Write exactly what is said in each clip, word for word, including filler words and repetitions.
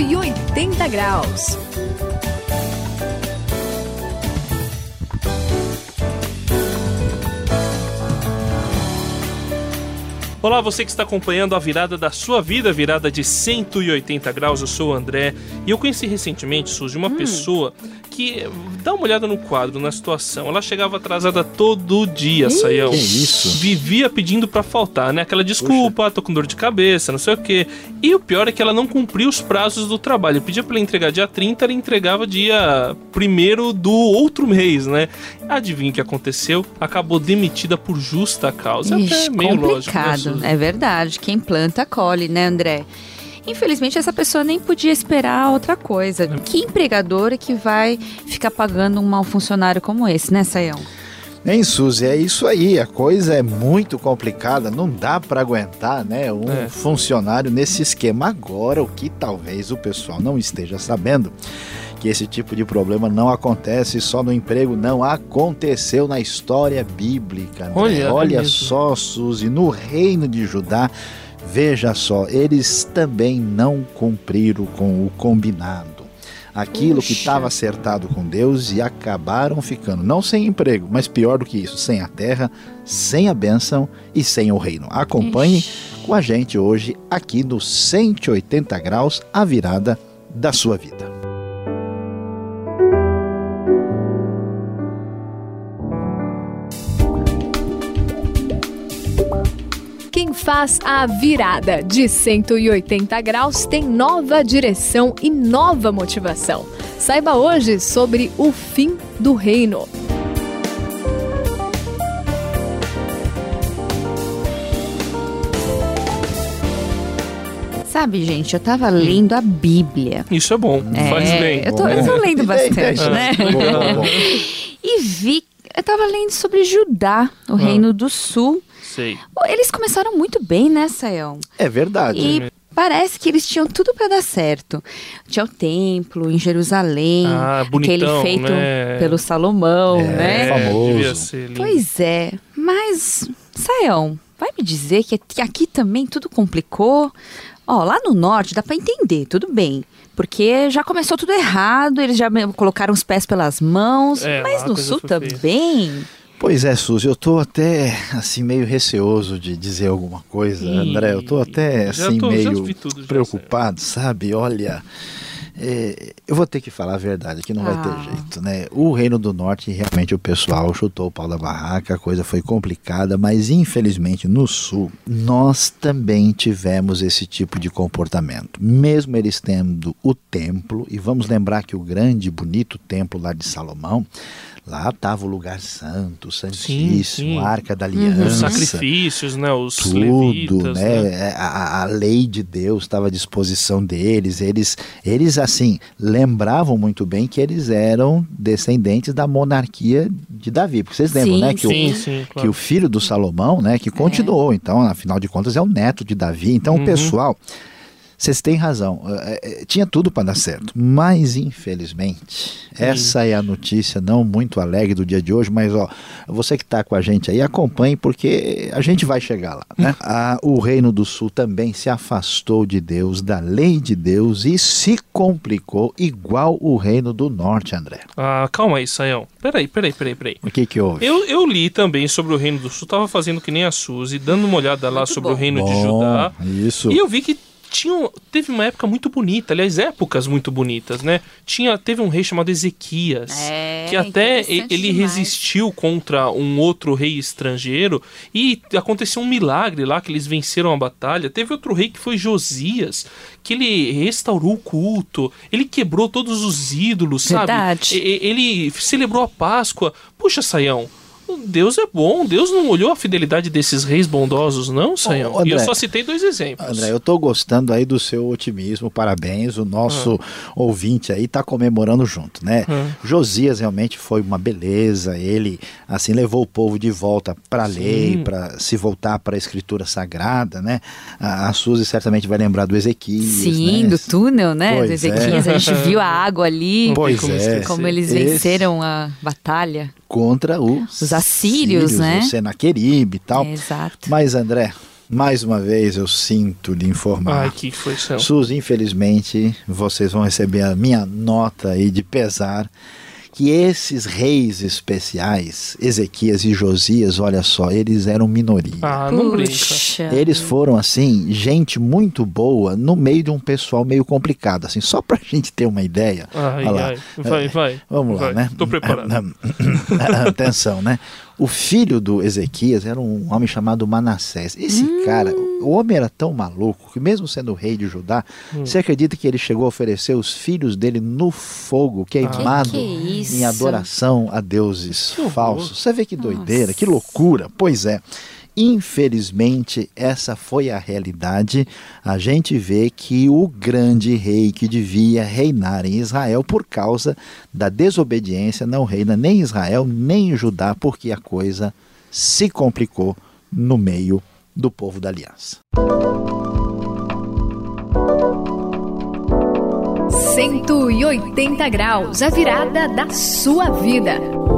e oitenta graus. Olá, você que está acompanhando a virada da sua vida, virada de cento e oitenta graus, eu sou o André, e eu conheci recentemente, Suzy, uma hum. pessoa que, dá uma olhada no quadro, na situação, ela chegava atrasada todo dia, Ih, Saião. Que isso? Vivia pedindo pra faltar, né? Aquela desculpa, Puxa. tô com dor de cabeça, não sei o quê. E o pior é que ela não cumpria os prazos do trabalho. Eu pedia pra ela entregar dia trinta, ela entregava dia primeiro do outro mês, né? Adivinha o que aconteceu? Acabou demitida por justa causa. Ixi, até meio complicado. lógico, né, é verdade. Quem planta, colhe, né, André? Infelizmente, essa pessoa nem podia esperar outra coisa. É. Que empregador é que vai ficar pagando um mau funcionário como esse, né, Saião? Hein, Suzy, é isso aí, a coisa é muito complicada, não dá para aguentar, né, um é. funcionário nesse esquema. Agora, o que talvez o pessoal não esteja sabendo, que esse tipo de problema não acontece só no emprego, não aconteceu na história bíblica, né? Olha, Olha é só, Suzy, no reino de Judá, veja só, eles também não cumpriram com o combinado. Aquilo Puxa. que estava acertado com Deus e acabaram ficando, não sem emprego, mas pior do que isso, sem a terra, sem a bênção e sem o reino. Acompanhe Ixi. com a gente hoje aqui no cento e oitenta graus, a virada da sua vida. Quem faz a virada de cento e oitenta graus tem nova direção e nova motivação. Saiba hoje sobre o fim do reino. Sabe, gente, eu tava lendo a Bíblia. Isso é bom, é, faz bem. Eu tô, eu tô lendo bastante, né? Bom, bom. E vi, eu tava lendo sobre Judá, o ah. reino do sul. Sei. Eles começaram muito bem, né, Saião? É verdade. E é. parece que eles tinham tudo para dar certo. Tinha o templo em Jerusalém, ah, bonitão, aquele feito né? pelo Salomão, é, né? Famoso. Pois é, mas, Saião, vai me dizer que aqui também tudo complicou? Ó, lá no norte dá para entender, tudo bem. Porque já começou tudo errado, eles já colocaram os pés pelas mãos, é, mas no sul também... Pois é, Suzy, eu tô até, assim, meio receoso de dizer alguma coisa, e... André, eu tô até, assim, tô, meio tudo, preocupado, sabe? Olha, é, eu vou ter que falar a verdade, que não ah. vai ter jeito, né? O Reino do Norte, realmente, o pessoal chutou o pau da barraca, a coisa foi complicada, mas, infelizmente, no Sul, nós também tivemos esse tipo de comportamento. Mesmo eles tendo o templo, e vamos lembrar que o grande, bonito templo lá de Salomão, lá estava o lugar santo, santíssimo, sim, sim. a Arca da Aliança. Os sacrifícios, né? Os tudo, levitas, né? né? A, a lei de Deus estava à disposição deles. Eles, eles, assim, lembravam muito bem que eles eram descendentes da monarquia de Davi. Porque vocês lembram, sim, né? Que, sim, o, sim, claro. que o filho do Salomão, né? Que continuou. É. Então, afinal de contas, é o neto de Davi. Então, uhum. o pessoal... Vocês têm razão, é, é, tinha tudo para dar certo, mas infelizmente, Sim. essa é a notícia não muito alegre do dia de hoje, mas ó, você que está com a gente aí, acompanhe porque a gente vai chegar lá, né? Ah, o Reino do Sul também se afastou de Deus, da lei de Deus e se complicou igual o Reino do Norte, André. Ah, calma aí, Saião, peraí, peraí, peraí, peraí. O que que houve? Eu, eu li também sobre o Reino do Sul, tava fazendo que nem a Suzy, dando uma olhada lá muito sobre bom. o Reino bom, de Judá, isso. E eu vi que Tinha, teve uma época muito bonita, aliás, épocas muito bonitas, né? Tinha, teve um rei chamado Ezequias, é, que até ele demais. resistiu contra um outro rei estrangeiro e aconteceu um milagre lá, que eles venceram a batalha. Teve outro rei que foi Josias, que ele restaurou o culto, ele quebrou todos os ídolos, Verdade. sabe? Ele celebrou a Páscoa. Puxa, Saião, Deus é bom, Deus não olhou a fidelidade desses reis bondosos, não, Saião? Ô, André, e eu só citei dois exemplos. André, eu tô gostando aí do seu otimismo, parabéns, o nosso ah. ouvinte aí tá comemorando junto, né? Ah. Josias realmente foi uma beleza, ele, assim, levou o povo de volta para a lei, para se voltar para a escritura sagrada, né? A, a Suzy certamente vai lembrar do Ezequias, Sim, né? do túnel, né? Pois do Ezequias, é. a gente viu a água ali, pois como, é. como eles venceram Esse... a batalha. Contra os, os assírios, sírios, né? O Senaqueribe e tal. É, exato. Mas, André, mais uma vez eu sinto lhe informar. Ai, que foi céu. Suzy, infelizmente, vocês vão receber a minha nota aí de pesar, que esses reis especiais, Ezequias e Josias, olha só, eles eram minoria. Ah, não brinca. Eles foram, assim, gente muito boa no meio de um pessoal meio complicado, assim, só pra gente ter uma ideia. Ai, Olha lá. ai. Vai, vai. Vamos vai. lá, né? Tô preparado. Atenção, né? O filho do Ezequias era um homem chamado Manassés. Esse hum. cara, o homem era tão maluco que mesmo sendo rei de Judá, hum. você acredita que ele chegou a oferecer os filhos dele no fogo, queimado, ah, que que é em adoração a deuses que falsos? Você vê que doideira, Nossa. que loucura. Pois é. Infelizmente, essa foi a realidade. A gente vê que o grande rei que devia reinar em Israel, por causa da desobediência, não reina nem em Israel, nem em Judá, porque a coisa se complicou no meio do povo da aliança. cento e oitenta graus, a virada da sua vida.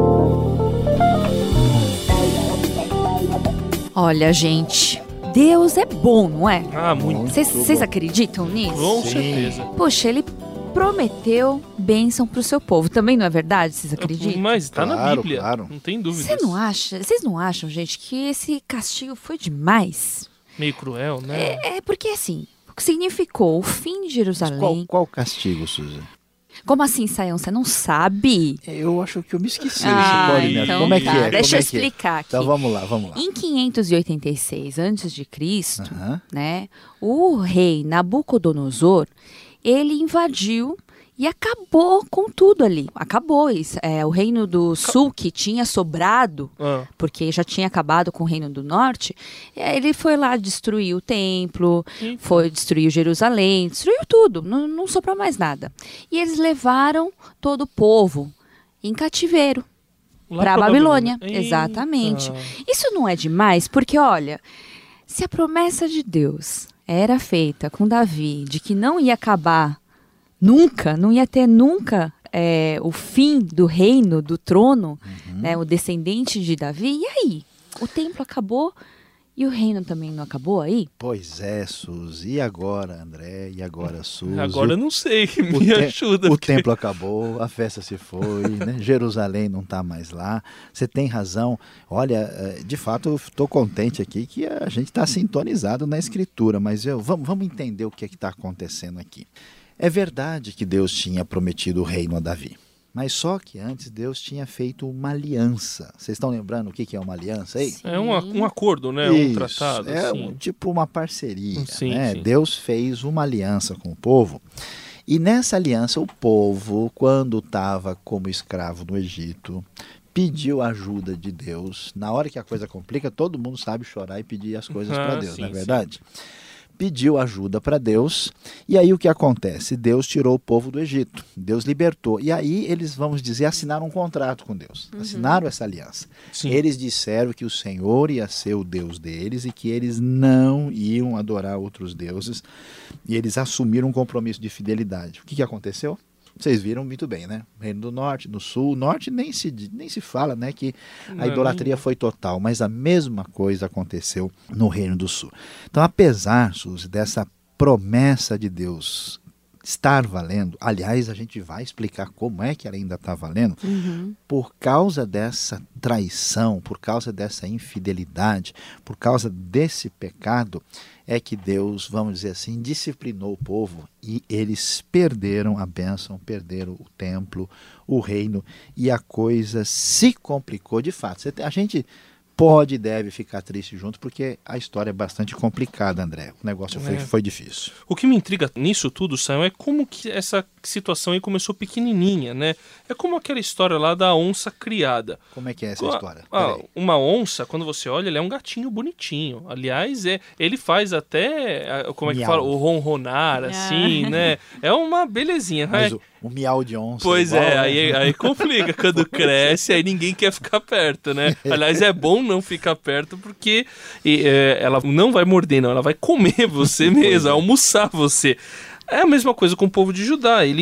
Olha, gente, Deus é bom, não é? Ah, muito. Vocês acreditam nisso? Com Sim. certeza. Poxa, ele prometeu bênção pro seu povo. Também não é verdade? Vocês acreditam? Mas tá na Claro, Bíblia, claro. não tem dúvida. Você não acha? Vocês não acham, gente, que esse castigo foi demais? Meio cruel, né? É, é porque assim, significou o fim de Jerusalém. Qual, qual castigo, Suzy? Como assim, Sayão? Você não sabe? Eu acho que eu me esqueci. Ah, Você pode me então Como é que tá. é? Deixa Como eu é que é? explicar aqui. Então vamos lá, vamos lá. Em quinhentos e oitenta e seis antes de Cristo, Aham. né, o rei Nabucodonosor, ele invadiu e acabou com tudo ali. Acabou isso. É, o reino do sul, que tinha sobrado, Ah. porque já tinha acabado com o reino do norte, é, ele foi lá destruir o templo, Eita. foi destruir Jerusalém, destruiu tudo, não, não sobrou mais nada. E eles levaram todo o povo em cativeiro Lá para a pra Babilônia. Babilônia. Exatamente. Eita. Isso não é demais? Porque, olha, se a promessa de Deus era feita com Davi, de que não ia acabar nunca, não ia ter nunca é, o fim do reino, do trono, Uhum. né, o descendente de Davi, e aí? O templo acabou e o reino também não acabou aí? Pois é, Suzy. E agora, André? E agora, Suzy? Agora eu não sei, O me te- ajuda. O porque- templo acabou, a festa se foi, né? Jerusalém não está mais lá. Você tem razão. Olha, eh, de fato, eu estou contente aqui que a gente está sintonizado na Escritura, mas eu, vamos, vamos entender o que é que está acontecendo aqui. É verdade que Deus tinha prometido o reino a Davi, mas só que antes Deus tinha feito uma aliança. Vocês estão lembrando o que que é uma aliança aí? É um, a- um acordo, né? Um Isso, tratado. é assim. um- tipo uma parceria. Sim, né? sim. Deus fez uma aliança com o povo. E nessa aliança, o povo, quando estava como escravo no Egito, pediu ajuda de Deus. Na hora que a coisa complica, todo mundo sabe chorar e pedir as coisas para Ah, Deus, sim, não é sim. verdade? Pediu ajuda para Deus, e aí o que acontece? Deus tirou o povo do Egito, Deus libertou, e aí eles, vamos dizer, assinaram um contrato com Deus, assinaram essa aliança. Sim. Eles disseram que o Senhor ia ser o Deus deles e que eles não iam adorar outros deuses, e eles assumiram um compromisso de fidelidade. O que, que aconteceu? Vocês viram muito bem, né? Reino do Norte, do Sul, Norte nem se, nem se fala, né? Que a Não, idolatria foi total, mas a mesma coisa aconteceu no Reino do Sul. Então, apesar, Suzy, dessa promessa de Deus estar valendo, aliás, a gente vai explicar como é que ela ainda está valendo, por causa dessa traição, por causa dessa infidelidade, por causa desse pecado, é que Deus, vamos dizer assim, disciplinou o povo e eles perderam a bênção, perderam o templo, o reino, e a coisa se complicou de fato. Você tem- A gente pode e deve ficar triste junto, porque a história é bastante complicada, André. O negócio foi, É. foi difícil. O que me intriga nisso tudo, Sam, é como que essa situação aí começou pequenininha, né? É como aquela história lá da onça criada. Como é que é essa Ah, história? ah, Peraí. uma onça, quando você olha, ele é um gatinho bonitinho. Aliás, é, ele faz até, ah, como é que Miau. fala? O ronronar, assim, né? É uma belezinha, né? Mas o, o miau de onça... Pois igual, é, né? aí, aí complica. Quando cresce, aí ninguém quer ficar perto, né? Aliás, é bom não ficar perto porque e, é, ela não vai morder, não. Ela vai comer você mesmo, é. almoçar você. É a mesma coisa com o povo de Judá. Eles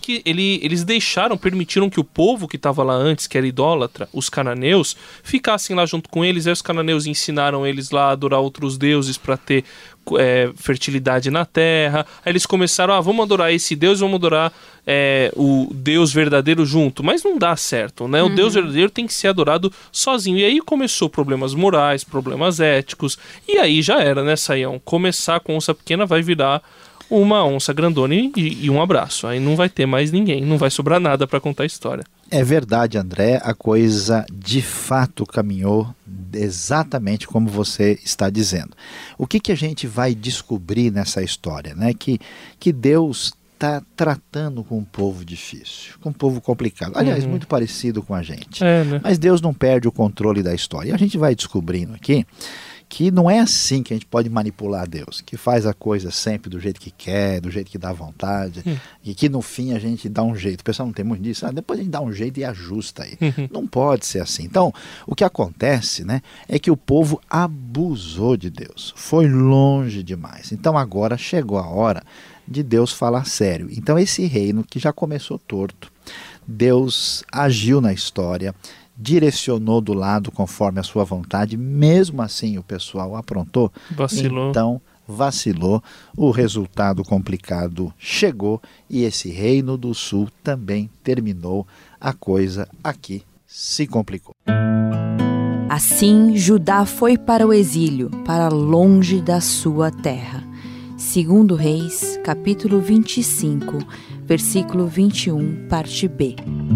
que ele, eles deixaram, permitiram que o povo que estava lá antes, que era idólatra, os cananeus, ficassem lá junto com eles. Aí os cananeus ensinaram eles lá a adorar outros deuses para ter é, fertilidade na terra. Aí eles começaram, ah, vamos adorar esse Deus, vamos adorar é, o Deus verdadeiro junto. Mas não dá certo, né? O uhum. Deus verdadeiro tem que ser adorado sozinho. E aí começou problemas morais, problemas éticos. E aí já era, né, Saião? Começar com onça pequena vai virar uma onça grandona e, e um abraço. Aí não vai ter mais ninguém, não vai sobrar nada para contar a história. É verdade, André, a coisa de fato caminhou exatamente como você está dizendo. O que, que a gente vai descobrir nessa história, né? Que, que Deus está tratando com um povo difícil, com um povo complicado. Aliás, uhum. muito parecido com a gente. É, né? Mas Deus não perde o controle da história. E a gente vai descobrindo aqui que não é assim que a gente pode manipular Deus, que faz a coisa sempre do jeito que quer, do jeito que dá vontade, hum. e que no fim a gente dá um jeito. O pessoal não tem muito disso, ah, depois a gente dá um jeito e ajusta aí. Uhum. Não pode ser assim. Então, o que acontece, né, é que o povo abusou de Deus, foi longe demais. Então agora chegou a hora de Deus falar sério. Então esse reino que já começou torto, Deus agiu na história, direcionou do lado conforme a sua vontade, mesmo assim o pessoal aprontou, vacilou. Então vacilou, o resultado complicado chegou e esse reino do sul também terminou, a coisa aqui se complicou. Assim Judá foi para o exílio, para longe da sua terra. Segundo Reis, capítulo vinte e cinco, versículo vinte e um, parte B.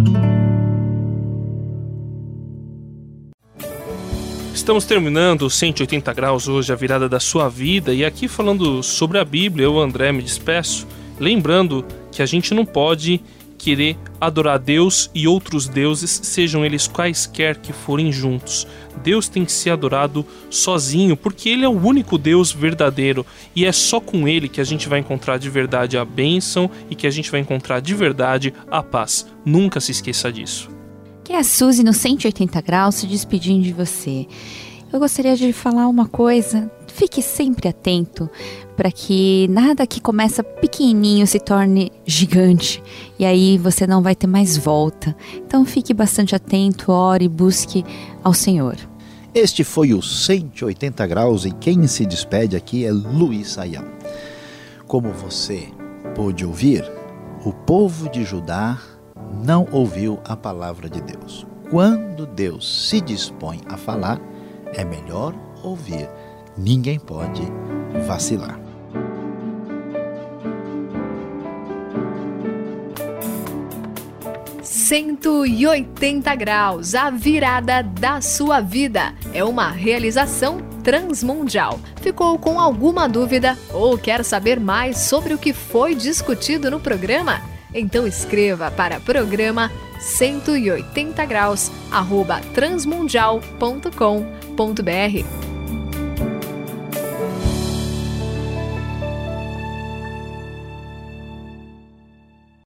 Estamos terminando cento e oitenta graus hoje, a virada da sua vida, e aqui falando sobre a Bíblia, eu, André, me despeço, lembrando que a gente não pode querer adorar Deus e outros deuses, sejam eles quaisquer que forem juntos. Deus tem que ser adorado sozinho, porque Ele é o único Deus verdadeiro, e é só com Ele que a gente vai encontrar de verdade a bênção e que a gente vai encontrar de verdade a paz. Nunca se esqueça disso. Que é a Suzy no cento e oitenta graus se despedindo de você. Eu gostaria de falar uma coisa, fique sempre atento para que nada que começa pequenininho se torne gigante e aí você não vai ter mais volta. Então fique bastante atento, ore e busque ao Senhor. Este foi o cento e oitenta graus e quem se despede aqui é Luiz Saião. Como você pôde ouvir, o povo de Judá não ouviu a palavra de Deus. Quando Deus se dispõe a falar, é melhor ouvir. Ninguém pode vacilar. cento e oitenta graus, a virada da sua vida. É uma realização transmundial. Ficou com alguma dúvida ou quer saber mais sobre o que foi discutido no programa? Então escreva para programa cento e oitenta graus arroba transmundial ponto com ponto br.